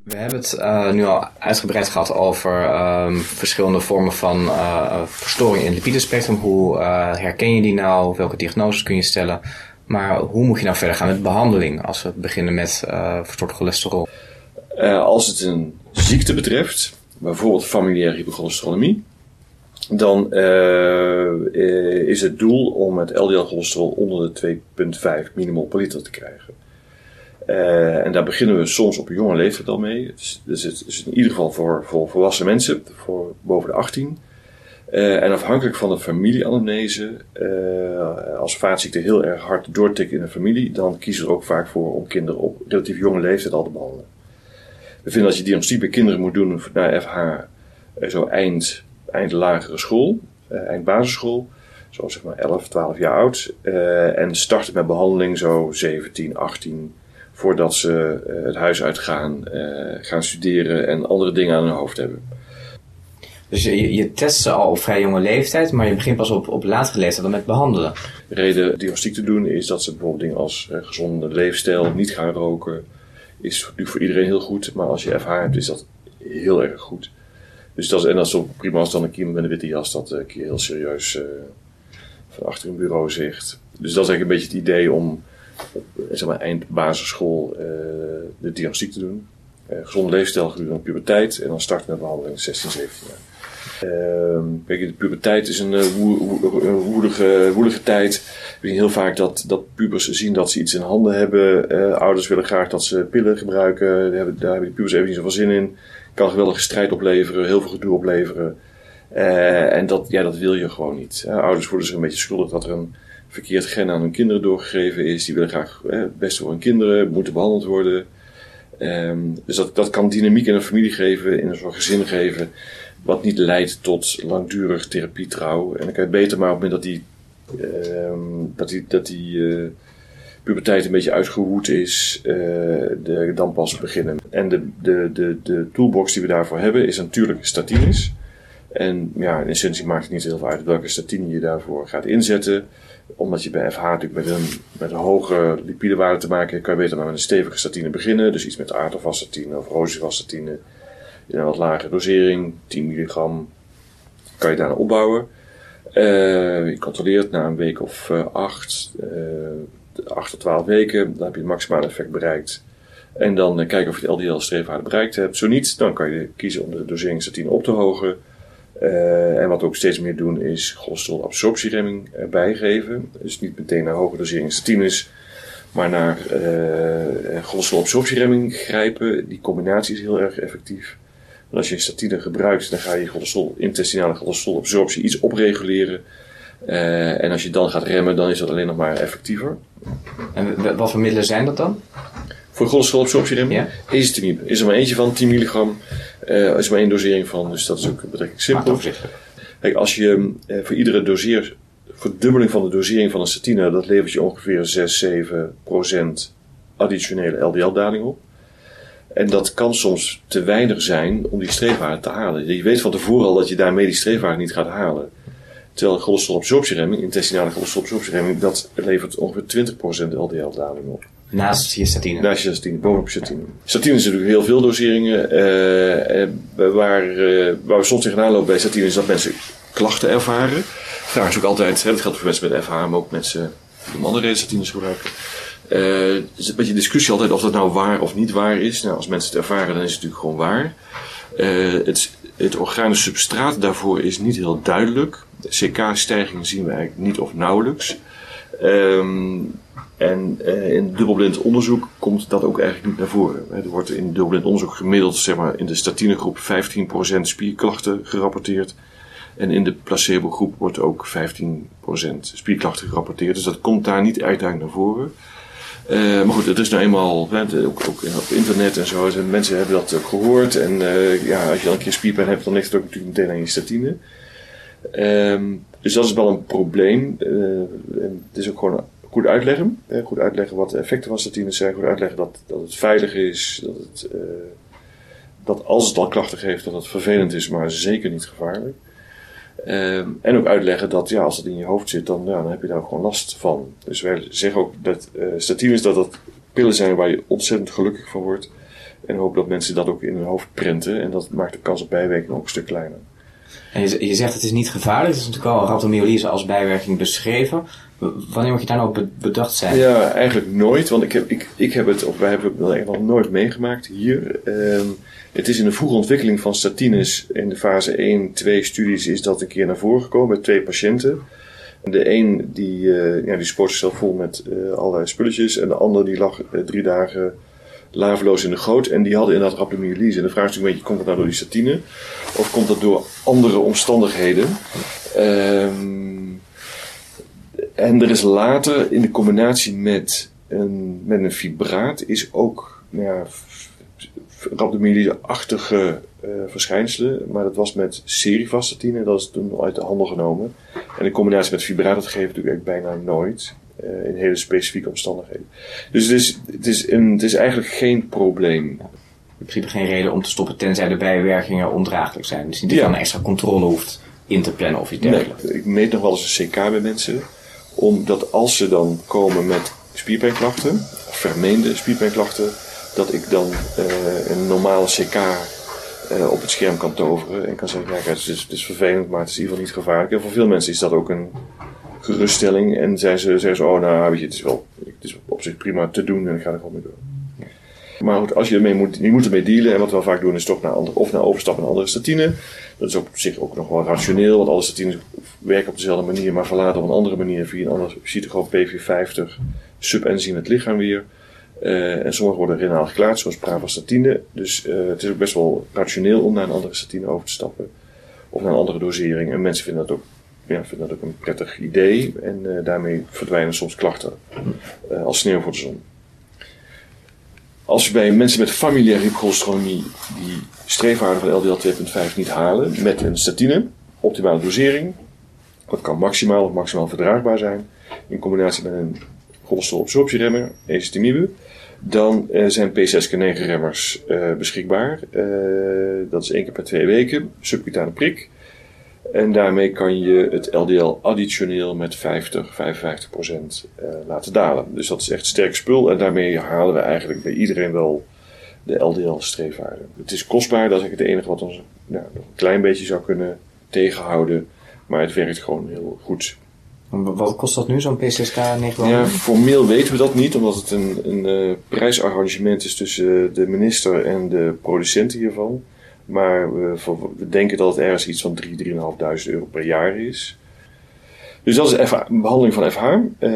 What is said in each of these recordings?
We hebben het nu al uitgebreid gehad over verschillende vormen van verstoring in het lipidespectrum. Hoe herken je die nou? Welke diagnoses kun je stellen? Maar hoe moet je nou verder gaan met behandeling als we beginnen met verstoord cholesterol? Als het een ziekte betreft, bijvoorbeeld familiaire hypercholesterolemie, dan is het doel om het LDL-cholesterol onder de 2,5 millimol per liter te krijgen. En daar beginnen we soms op een jonge leeftijd al mee. Dus het is in ieder geval voor volwassen mensen, voor boven de 18. En afhankelijk van de familieanamnese, als vaatziekte heel erg hard doortikt in de familie, dan kiezen we er ook vaak voor om kinderen op relatief jonge leeftijd al te behandelen. We vinden dat je diagnostiek bij kinderen moet doen naar FH zo eind lagere school, eind basisschool, zo zeg maar 11, 12 jaar oud. En starten met behandeling zo 17, 18, voordat ze het huis uitgaan, gaan studeren en andere dingen aan hun hoofd hebben. Dus je test ze al op vrij jonge leeftijd, maar je begint pas op latere leeftijd dan met behandelen. De reden diagnostiek te doen is dat ze bijvoorbeeld dingen als gezonde leefstijl, niet gaan roken, is natuurlijk voor iedereen heel goed. Maar als je FH hebt, is dat heel erg goed. Dus dat is ook prima als dan een kind met een witte jas dat een keer heel serieus van achter een bureau zegt. Dus dat is eigenlijk een beetje het idee om op zeg maar, eind basisschool de diagnostiek te doen. Gezonde leefstijl gedurende de puberteit en dan starten met behandeling 16, 17 jaar. Kijk, de puberteit is een woelige tijd. We zien heel vaak dat pubers zien dat ze iets in handen hebben. Ouders willen graag dat ze pillen gebruiken. Daar hebben de pubers even niet zoveel zin in. Kan geweldige strijd opleveren, heel veel gedoe opleveren. En dat wil je gewoon niet. Ouders voelen zich een beetje schuldig dat er een verkeerd gen aan hun kinderen doorgegeven is. Die willen graag het beste voor hun kinderen, moeten behandeld worden. Dus dat kan dynamiek in een familie geven, in een soort gezin geven, wat niet leidt tot langdurig therapietrouw. En dan kan je beter maar op het moment dat die puberteit een beetje uitgewoed is, dan pas beginnen. En de toolbox die we daarvoor hebben is natuurlijk statines. En ja, in essentie maakt het niet heel veel uit welke statine je daarvoor gaat inzetten. Omdat je bij FH natuurlijk met een hoge lipidewaarde te maken hebt, kan je beter maar met een stevige statine beginnen. Dus iets met aardapelvatstatine of rozevatstatine in een wat lagere dosering, 10 milligram, kan je daarna opbouwen. Je controleert na een week of 8 tot 12 weken, dan heb je het maximale effect bereikt. En dan kijken of je de LDL-streefwaarde bereikt hebt. Zo niet, dan kan je kiezen om de dosering statine op te hogen. En wat we ook steeds meer doen is cholesterolabsorptieremming bijgeven. Dus niet meteen naar hoge doseringen statines, maar naar cholesterolabsorptieremming grijpen. Die combinatie is heel erg effectief. En als je een statine gebruikt, dan ga je intestinale cholesterolabsorptie iets opreguleren. En als je dan gaat remmen, dan is dat alleen nog maar effectiever. En wat voor middelen zijn dat dan? Voor cholesterolabsorptieremming? Ja. Ezetimibe. Is er maar eentje van, 10 milligram. Is er maar één dosering van, dus dat is ook betrekkelijk simpel. Kijk, als je voor iedere verdubbeling van de dosering van een statine, dat levert je ongeveer 6-7% additionele LDL-daling op. En dat kan soms te weinig zijn om die streefwaarde te halen. Je weet van tevoren al dat je daarmee die streefwaarde niet gaat halen. Terwijl cholesterolabsorptieremming, intestinale cholesterolabsorptieremming, dat levert ongeveer 20% LDL-daling op. Naast je statine? Naast je statine, bovenop je statine. Statine is natuurlijk heel veel doseringen. Waar we soms tegenaan lopen bij statine is dat mensen klachten ervaren. Vraag is ook altijd, dat geldt voor mensen met FH, maar ook mensen die om andere reden statines gebruiken. Er is een beetje discussie altijd of dat nou waar of niet waar is. Nou, als mensen het ervaren, dan is het natuurlijk gewoon waar. Het organisch substraat daarvoor is niet heel duidelijk. CK-stijging zien we eigenlijk niet of nauwelijks. En in dubbelblind onderzoek komt dat ook eigenlijk niet naar voren. Er wordt in dubbelblind onderzoek gemiddeld, zeg maar, in de statinegroep 15% spierklachten gerapporteerd. En in de placebo-groep wordt ook 15% spierklachten gerapporteerd. Dus dat komt daar niet erg duidelijk naar voren. Maar goed, het is nou eenmaal, ook op internet en zo, en mensen hebben dat ook gehoord. En als je dan een keer spierpijn hebt, dan ligt het ook natuurlijk meteen aan je statine. Dus dat is wel een probleem. Het is ook gewoon goed uitleggen. Goed uitleggen wat de effecten van statines zijn. Goed uitleggen dat het veilig is. Dat als het al klachten geeft, dat het vervelend is, maar zeker niet gevaarlijk. En ook uitleggen dat als het in je hoofd zit, dan heb je daar ook gewoon last van. Dus wij zeggen ook dat statines dat pillen zijn waar je ontzettend gelukkig van wordt. En hoop dat mensen dat ook in hun hoofd prenten. En dat maakt de kans op bijwerking ook een stuk kleiner. En je zegt het is niet gevaarlijk. Het is natuurlijk al rhabdomyolyse als bijwerking beschreven. Wanneer moet je daar nou bedacht zijn? Ja, eigenlijk nooit. Want wij hebben het wel echt nog nooit meegemaakt hier. Het is in de vroege ontwikkeling van statines. In de fase 1, 2 studies is dat een keer naar voren gekomen bij 2 patiënten. De een die spoot zichzelf vol met allerlei spulletjes. En de ander die lag 3 dagen laveloos in de goot. En die hadden inderdaad rhabdomyolyse. En de vraag is natuurlijk een beetje, komt dat nou door die statine? Of komt dat door andere omstandigheden? En er is later in de combinatie met een fibraat is ook rhabdomyolyse-achtige verschijnselen. Maar dat was met serivastatine. Dat is toen uit de handel genomen. En in combinatie met fibraat, dat geeft natuurlijk bijna nooit. In hele specifieke omstandigheden. Dus het is eigenlijk geen probleem. In principe geen reden om te stoppen tenzij de bijwerkingen ondraaglijk zijn. Dus niet dat je dan een extra controle hoeft in te plannen of iets dergelijks. Nee, ik meet nog wel eens een CK bij mensen. Omdat als ze dan komen met spierpijnklachten, of vermeende spierpijnklachten, dat ik dan een normale CK op het scherm kan toveren. En kan zeggen, ja, het is vervelend, maar het is in ieder geval niet gevaarlijk. En voor veel mensen is dat ook een geruststelling. En zeggen ze, oh nou, weet je, het is op zich prima te doen en ik ga er gewoon mee door. Maar goed, als je moet ermee dealen. En wat we wel vaak doen is toch naar overstappen naar andere statine. Dat is op zich ook nog wel rationeel. Want alle statines werken op dezelfde manier, maar verlaten op een andere manier via een ander cytochroom P450 subenzym het lichaam weer. En sommige worden renaal geklaard, zoals pravastatine. Dus het is ook best wel rationeel om naar een andere statine over te stappen. Of naar een andere dosering. En mensen vinden dat ook een prettig idee. En daarmee verdwijnen soms klachten als sneeuw voor de zon. Als we bij mensen met familiaire hypercholesterolemie die streefwaarde van LDL 2,5 niet halen met een statine, optimale dosering, dat kan maximaal of maximaal verdraagbaar zijn, in combinatie met een cholesterolabsorptieremmer, ezetimibe, dan zijn P6K9-remmers beschikbaar. Dat is 1 keer per 2 weken, subcutane prik. En daarmee kan je het LDL additioneel met 50-55% laten dalen. Dus dat is echt sterk spul. En daarmee halen we eigenlijk bij iedereen wel de LDL-streefwaarde. Het is kostbaar, dat is eigenlijk het enige wat ons nog een klein beetje zou kunnen tegenhouden. Maar het werkt gewoon heel goed. Wat kost dat nu, zo'n P6K9? Ja, formeel weten we dat niet, omdat het een prijsarrangement is tussen de minister en de producenten hiervan. Maar we denken dat het ergens iets van 3.500 euro per jaar is. Dus dat is een behandeling van FH.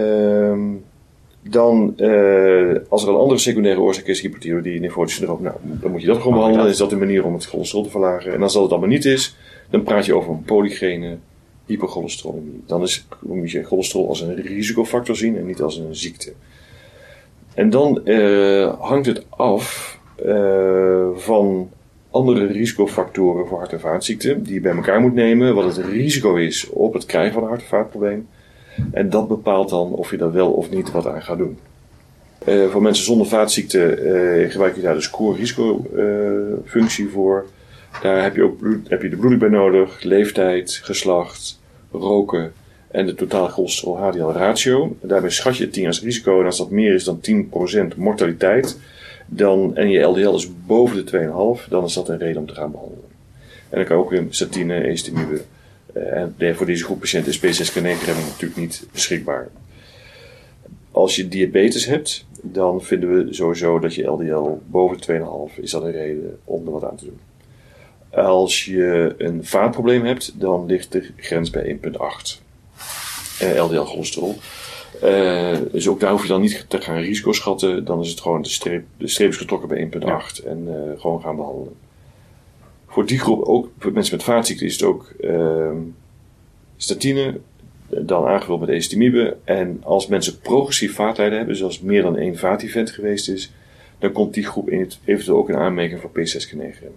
Als er een andere secundaire oorzaak is, hypothyroïdie, nefrotisch syndroom, dan moet je dat gewoon behandelen. Is dat een manier om het cholesterol te verlagen. En als dat het allemaal niet is, dan praat je over een polygene hypercholesterolemie. Dan moet je cholesterol als een risicofactor zien en niet als een ziekte. En dan hangt het af van andere risicofactoren voor hart- en vaatziekten die je bij elkaar moet nemen, wat het risico is op het krijgen van een hart- en vaatprobleem. En dat bepaalt dan of je daar wel of niet wat aan gaat doen. Voor mensen zonder vaatziekten gebruik je daar de score-risicofunctie voor. Daar heb je de bloeding bij nodig, leeftijd, geslacht, roken en de totale cholesterol-HDL ratio. En daarmee schat je het 10 als risico en als dat meer is dan 10% mortaliteit, en je LDL is boven de 2,5, dan is dat een reden om te gaan behandelen. En dan kan ook weer statine, ezetimibe. En voor deze groep patiënten is P6K9-remming natuurlijk niet beschikbaar. Als je diabetes hebt, dan vinden we sowieso dat je LDL boven de 2,5 is dat een reden om er wat aan te doen. Als je een vaatprobleem hebt, dan ligt de grens bij 1,8 LDL-cholesterol. Dus ook daar hoef je dan niet te gaan risico schatten. Dan is het gewoon de streep is getrokken bij 1,8 en gewoon gaan behandelen. Voor die groep, ook voor mensen met vaatziekten, is het ook statine, dan aangevuld met ezetimibe. En als mensen progressief vaatlijden hebben, dus als meer dan 1 vaatevent geweest is, dan komt die groep eventueel ook in aanmerking voor P6K9-remming.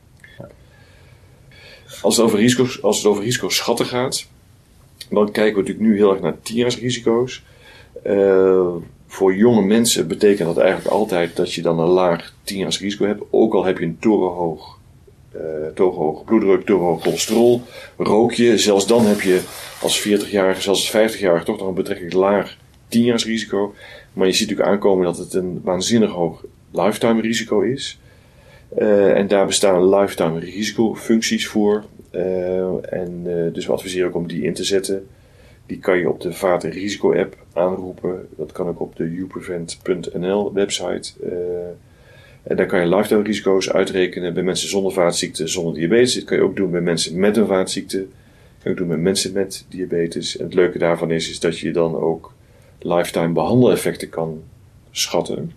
Als het over risicoschatten gaat, dan kijken we natuurlijk nu heel erg naar TIA's-risico's. Voor jonge mensen betekent dat eigenlijk altijd dat je dan een laag TIA's-risico hebt. Ook al heb je een torenhoog bloeddruk, torenhoog cholesterol, rook je. Zelfs dan heb je als 40-jarige, zelfs als 50-jarige toch nog een betrekkelijk laag TIA's-risico. Maar je ziet natuurlijk aankomen dat het een waanzinnig hoog lifetime-risico is. En daar bestaan lifetime risicofuncties voor. Dus we adviseren ook om die in te zetten. Die kan je op de vatenrisico-app aanroepen. Dat kan ook op de youprevent.nl website. En daar kan je lifetime risico's uitrekenen bij mensen zonder vaatziekte, zonder diabetes. Dat kan je ook doen bij mensen met een vaatziekte. Dat kan je ook doen bij mensen met diabetes. En het leuke daarvan is dat je dan ook lifetime behandeleffecten kan schatten.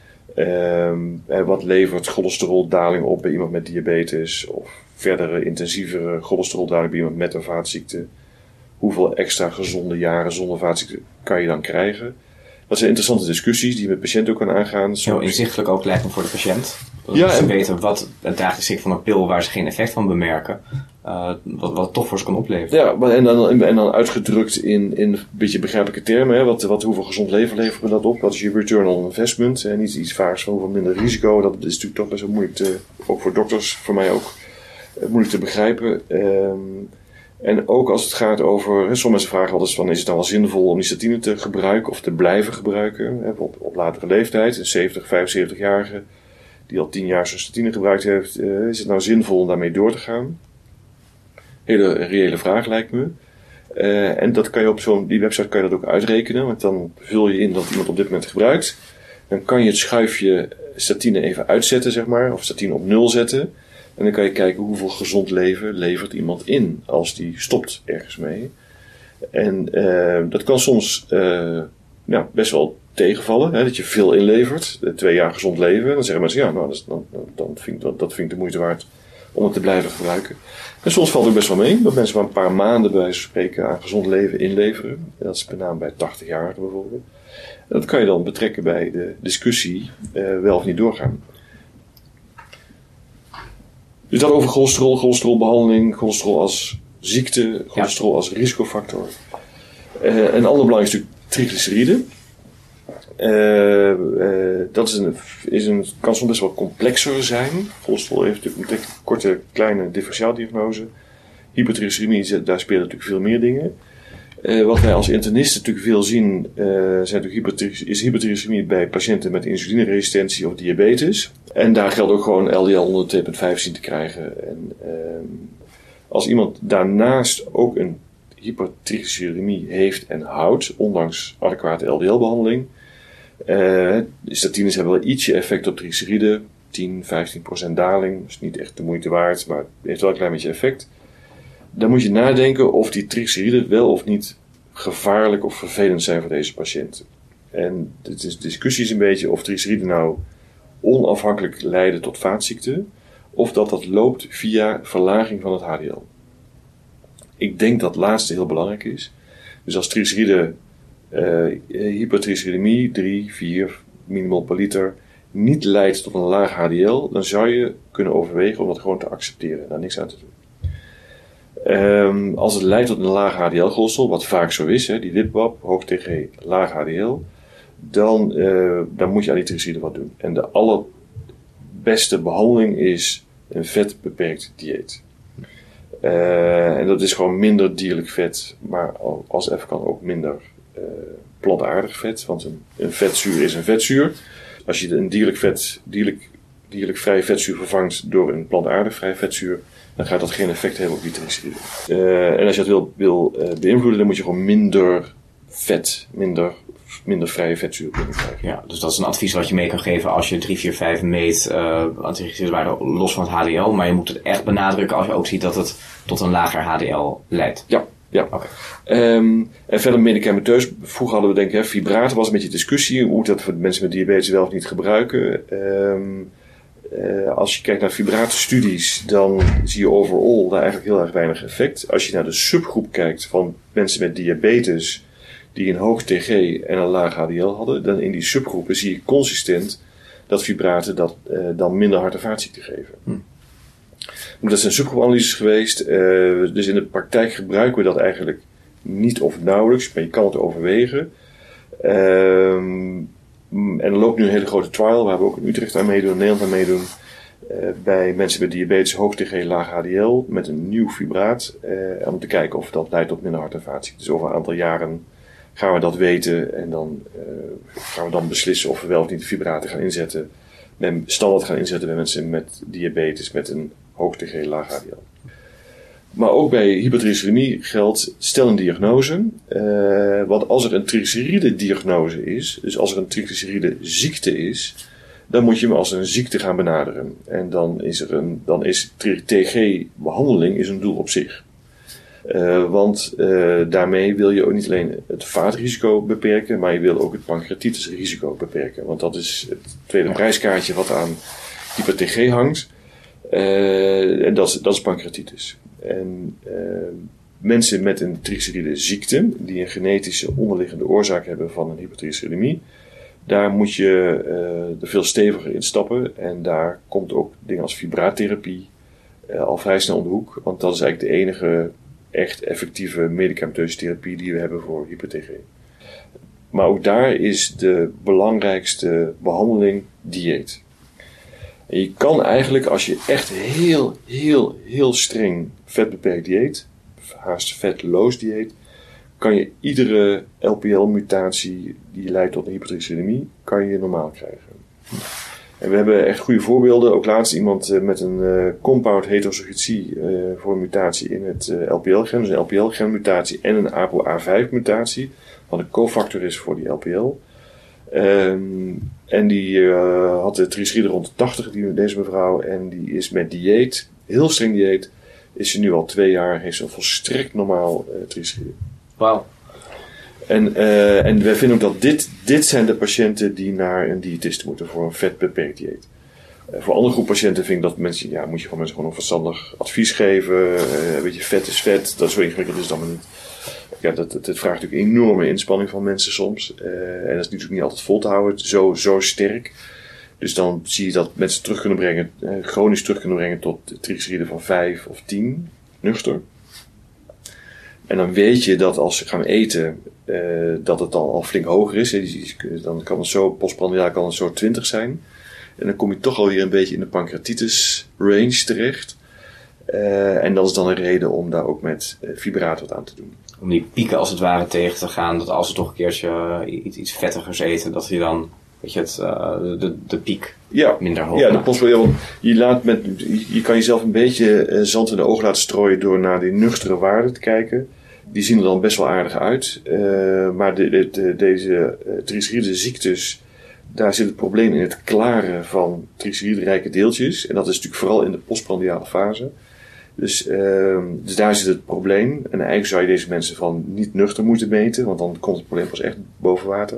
Wat levert cholesteroldaling op bij iemand met diabetes? Of verdere, intensievere cholesteroldaling bij iemand met een vaatziekte? Hoeveel extra gezonde jaren zonder vaatziekte kan je dan krijgen? Dat zijn interessante discussies die je met patiënten ook kan aangaan. Heel inzichtelijk ook lijkt me voor de patiënt. Ja, ze weten wat het dagelijks ik van een pil waar ze geen effect van bemerken. Wat het toch voor ze kan opleveren. Ja, en dan uitgedrukt in een beetje begrijpelijke termen. Hè? Hoeveel gezond leven levert me dat op? Wat is je return on investment? En niet iets vaags van hoeveel minder risico. Dat is natuurlijk toch best wel moeilijk ook voor dokters, voor mij ook, moeilijk te begrijpen. En ook als het gaat over, sommige mensen vragen wel eens van, is het dan wel zinvol om die statine te gebruiken of te blijven gebruiken op latere leeftijd, een 70, 75-jarige die al 10 jaar zo'n statine gebruikt heeft, is het nou zinvol om daarmee door te gaan? Hele reële vraag lijkt me. En dat kan je op die website kan je dat ook uitrekenen, want dan vul je in wat iemand op dit moment gebruikt. Dan kan je het schuifje statine even uitzetten, zeg maar, of statine op 0 zetten. En dan kan je kijken hoeveel gezond leven levert iemand in als die stopt ergens mee. En dat kan soms best wel tegenvallen. Hè, dat je veel inlevert. 2 jaar gezond leven. Dan zeggen mensen, ja, nou, dat vind ik de moeite waard om het te blijven gebruiken. En soms valt het ook best wel mee. Dat mensen maar een paar maanden bij wijze van spreken aan gezond leven inleveren. En dat is met name bij 80-jarigen bijvoorbeeld. En dat kan je dan betrekken bij de discussie wel of niet doorgaan. Dus dat over cholesterol, cholesterolbehandeling, cholesterol als ziekte, cholesterol als risicofactor. Een ander belangrijk stuk triglyceriden. Dat kan soms best wel complexer zijn. Cholesterol heeft natuurlijk een korte, kleine differentiaaldiagnose. Hypertriglyceridemie, daar spelen natuurlijk veel meer dingen. Wat wij als internisten natuurlijk veel zien, is hypertriglyceridemie bij patiënten met insulineresistentie of diabetes. En daar geldt ook gewoon LDL onder 2,5 zien te krijgen. En als iemand daarnaast ook een hypertriglyceridemie heeft en houdt, ondanks adequate LDL-behandeling, statines hebben wel ietsje effect op triglyceriden, 10-15% daling, dus niet echt de moeite waard, maar het heeft wel een klein beetje effect. Dan moet je nadenken of die triglyceriden wel of niet gevaarlijk of vervelend zijn voor deze patiënten. En de discussie is een beetje of triglyceriden nou onafhankelijk leiden tot vaatziekte, of dat loopt via verlaging van het HDL. Ik denk dat het laatste heel belangrijk is. Dus als triglyceriden, hypertriglyceridemie, 3, 4 millimol per liter, niet leidt tot een laag HDL, dan zou je kunnen overwegen om dat gewoon te accepteren en daar niks aan te doen. Als het leidt tot een laag HDL-cholesterol, wat vaak zo is, die lipwap, hoog TG, laag HDL, dan moet je aan die triglyceriden wat doen. En de allerbeste behandeling is een vetbeperkt dieet. En dat is gewoon minder dierlijk vet, maar als het even kan ook minder plantaardig vet, want een vetzuur is een vetzuur. Als je een dierlijk vrij vetzuur vervangt door een plantaardig vrij vetzuur, dan gaat dat geen effect hebben op die triglyceriden. En als je dat wil beïnvloeden, dan moet je gewoon minder vet, minder vrije vetzuur binnenkrijgen. Ja, dus dat is een advies wat je mee kan geven als je 3, 4, 5 meet aan triglyceridenwaarde los van het HDL. Maar je moet het echt benadrukken als je ook ziet dat het tot een lager HDL leidt. Ja. Okay. En verder medicamenteus. Vroeger hadden we denk ik, fibraten was een beetje discussie. Hoe dat voor de mensen met diabetes wel of niet gebruiken. Als je kijkt naar fibratenstudies, dan zie je overal daar eigenlijk heel erg weinig effect. Als je naar de subgroep kijkt van mensen met diabetes die een hoog TG en een laag HDL hadden, dan in die subgroepen zie je consistent dat fibraten dan minder hart- en vaatziekten geven. Dat zijn subgroepanalyses geweest, dus in de praktijk gebruiken we dat eigenlijk niet of nauwelijks, maar je kan het overwegen. En er loopt nu een hele grote trial, waar we ook in Utrecht aan meedoen, in Nederland aan meedoen, bij mensen met diabetes, hoog TG, laag HDL, met een nieuw fibraat, om te kijken of dat leidt tot minder hart- en vaatziekten. Dus over een aantal jaren gaan we dat weten en dan gaan we dan beslissen of we wel of niet de fibraten gaan inzetten men standaard gaan inzetten bij mensen met diabetes met een hoog TG, laag HDL. Maar ook bij hypertriglyceridemie geldt, stel een diagnose. Want als er een triglyceride diagnose is, dus als er een triglyceride ziekte is, dan moet je hem als een ziekte gaan benaderen. En dan is TG-behandeling is een doel op zich. Want daarmee wil je ook niet alleen het vaatrisico beperken, maar je wil ook het pancreatitisrisico beperken. Want dat is het tweede prijskaartje wat aan hyper-TG hangt. En dat is pancreatitis. En mensen met een triglyceride ziekte, die een genetische onderliggende oorzaak hebben van een hypertriglyceridemie, daar moet je er veel steviger in stappen. En daar komt ook dingen als fibraattherapie al vrij snel om de hoek. Want dat is eigenlijk de enige echt effectieve medicamenteuze therapie die we hebben voor hyper-TG. Maar ook daar is de belangrijkste behandeling dieet. En je kan eigenlijk, als je echt heel streng vetbeperkt dieet, haast vetloos dieet, kan je iedere LPL-mutatie die leidt tot een hypertriglyceridemie, kan je normaal krijgen. En we hebben echt goede voorbeelden. Ook laatst iemand met een compound heterozygotie voor een mutatie in het LPL-gen. Dus een LPL-genmutatie en een ApoA5-mutatie, wat een cofactor is voor die LPL. En die had de triglyceride rond de 80, deze mevrouw. En die is met dieet, heel streng dieet, is ze nu al 2 jaar, heeft ze een volstrekt normaal triglyceride. Wauw. En wij vinden ook dat dit zijn de patiënten die naar een diëtist moeten voor een vetbeperkt dieet. Voor andere groep patiënten vind ik dat mensen, moet je gewoon mensen gewoon een verstandig advies geven. Weet je, vet is vet, dat is zo ingewikkeld is dan maar niet. Ja, het vraagt natuurlijk enorme inspanning van mensen soms. En dat is natuurlijk niet altijd vol te houden, zo sterk. Dus dan zie je dat mensen chronisch terug kunnen brengen tot triglyceriden van 5 of 10, nuchter. En dan weet je dat als ze gaan eten, dat het dan al flink hoger is. Dan kan het zo, postprandiaal kan het zo 20 zijn. En dan kom je toch alweer een beetje in de pancreatitis range terecht. En dat is dan een reden om daar ook met fibraat wat aan te doen. Om die pieken als het ware tegen te gaan, dat als ze toch een keertje iets vettigers eten, dat je dan, weet je, de piek minder hoog maakt. Ja, de postprandiaal. Je kan jezelf een beetje zand in de ogen laten strooien door naar die nuchtere waarden te kijken. Die zien er dan best wel aardig uit. Maar deze triglyceride ziektes, daar zit het probleem in het klaren van triglyceride-rijke deeltjes. En dat is natuurlijk vooral in de postprandiale fase. Dus daar zit het probleem. En eigenlijk zou je deze mensen van niet nuchter moeten meten, want dan komt het probleem pas echt boven water.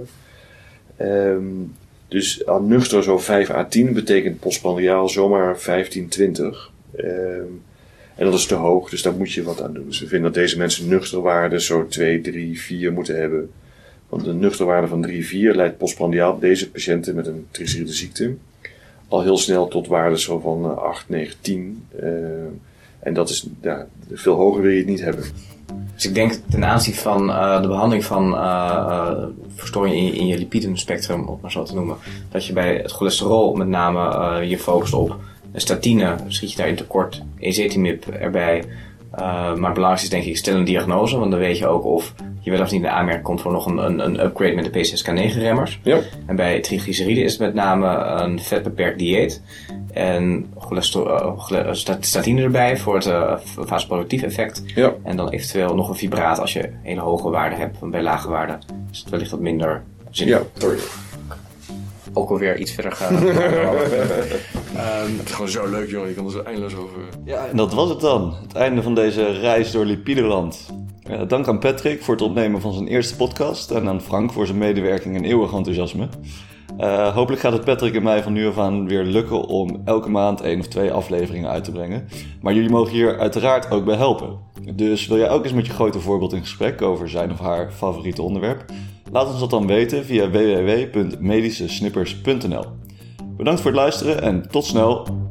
Dus aan nuchter zo 5 à 10 betekent postprandiaal zomaar 15, 20. En dat is te hoog, dus daar moet je wat aan doen. Dus we vinden dat deze mensen nuchterwaarden zo 2, 3, 4 moeten hebben. Want een nuchterwaarde van 3, 4 leidt postprandiaal deze patiënten met een triglyceride ziekte al heel snel tot waarden zo van 8, 9, 10. En dat is, veel hoger wil je het niet hebben. Dus ik denk ten aanzien van de behandeling van verstoringen in je lipidenspectrum, om het maar zo te noemen, dat je bij het cholesterol met name je focust op een statine, schiet je daarin tekort, ezetimibe erbij. Maar het belangrijkste is denk ik, stel een diagnose, want dan weet je ook of je wel of niet in de aanmerking komt voor nog een upgrade met de PCSK9-remmers. Ja. En bij triglyceriden is het met name een vetbeperkt dieet en statine erbij voor het vasoproductief effect. Ja. En dan eventueel nog een fibraat als je hele hoge waarden hebt. Want bij lage waarden is het wellicht wat minder zinvol. Ja, sorry. Ook alweer iets verder gaan. Het is gewoon zo leuk, joh. Je kan er zo eindeloos over. Ja, en dat was het dan. Het einde van deze reis door Lipideland. Dank aan Patrick voor het opnemen van zijn eerste podcast. En aan Frank voor zijn medewerking en eeuwig enthousiasme. Hopelijk gaat het Patrick en mij van nu af aan weer lukken om elke maand 1 of 2 afleveringen uit te brengen. Maar jullie mogen hier uiteraard ook bij helpen. Dus wil jij ook eens met je grote voorbeeld in gesprek over zijn of haar favoriete onderwerp? Laat ons dat dan weten via www.medischesnippers.nl. Bedankt voor het luisteren en tot snel!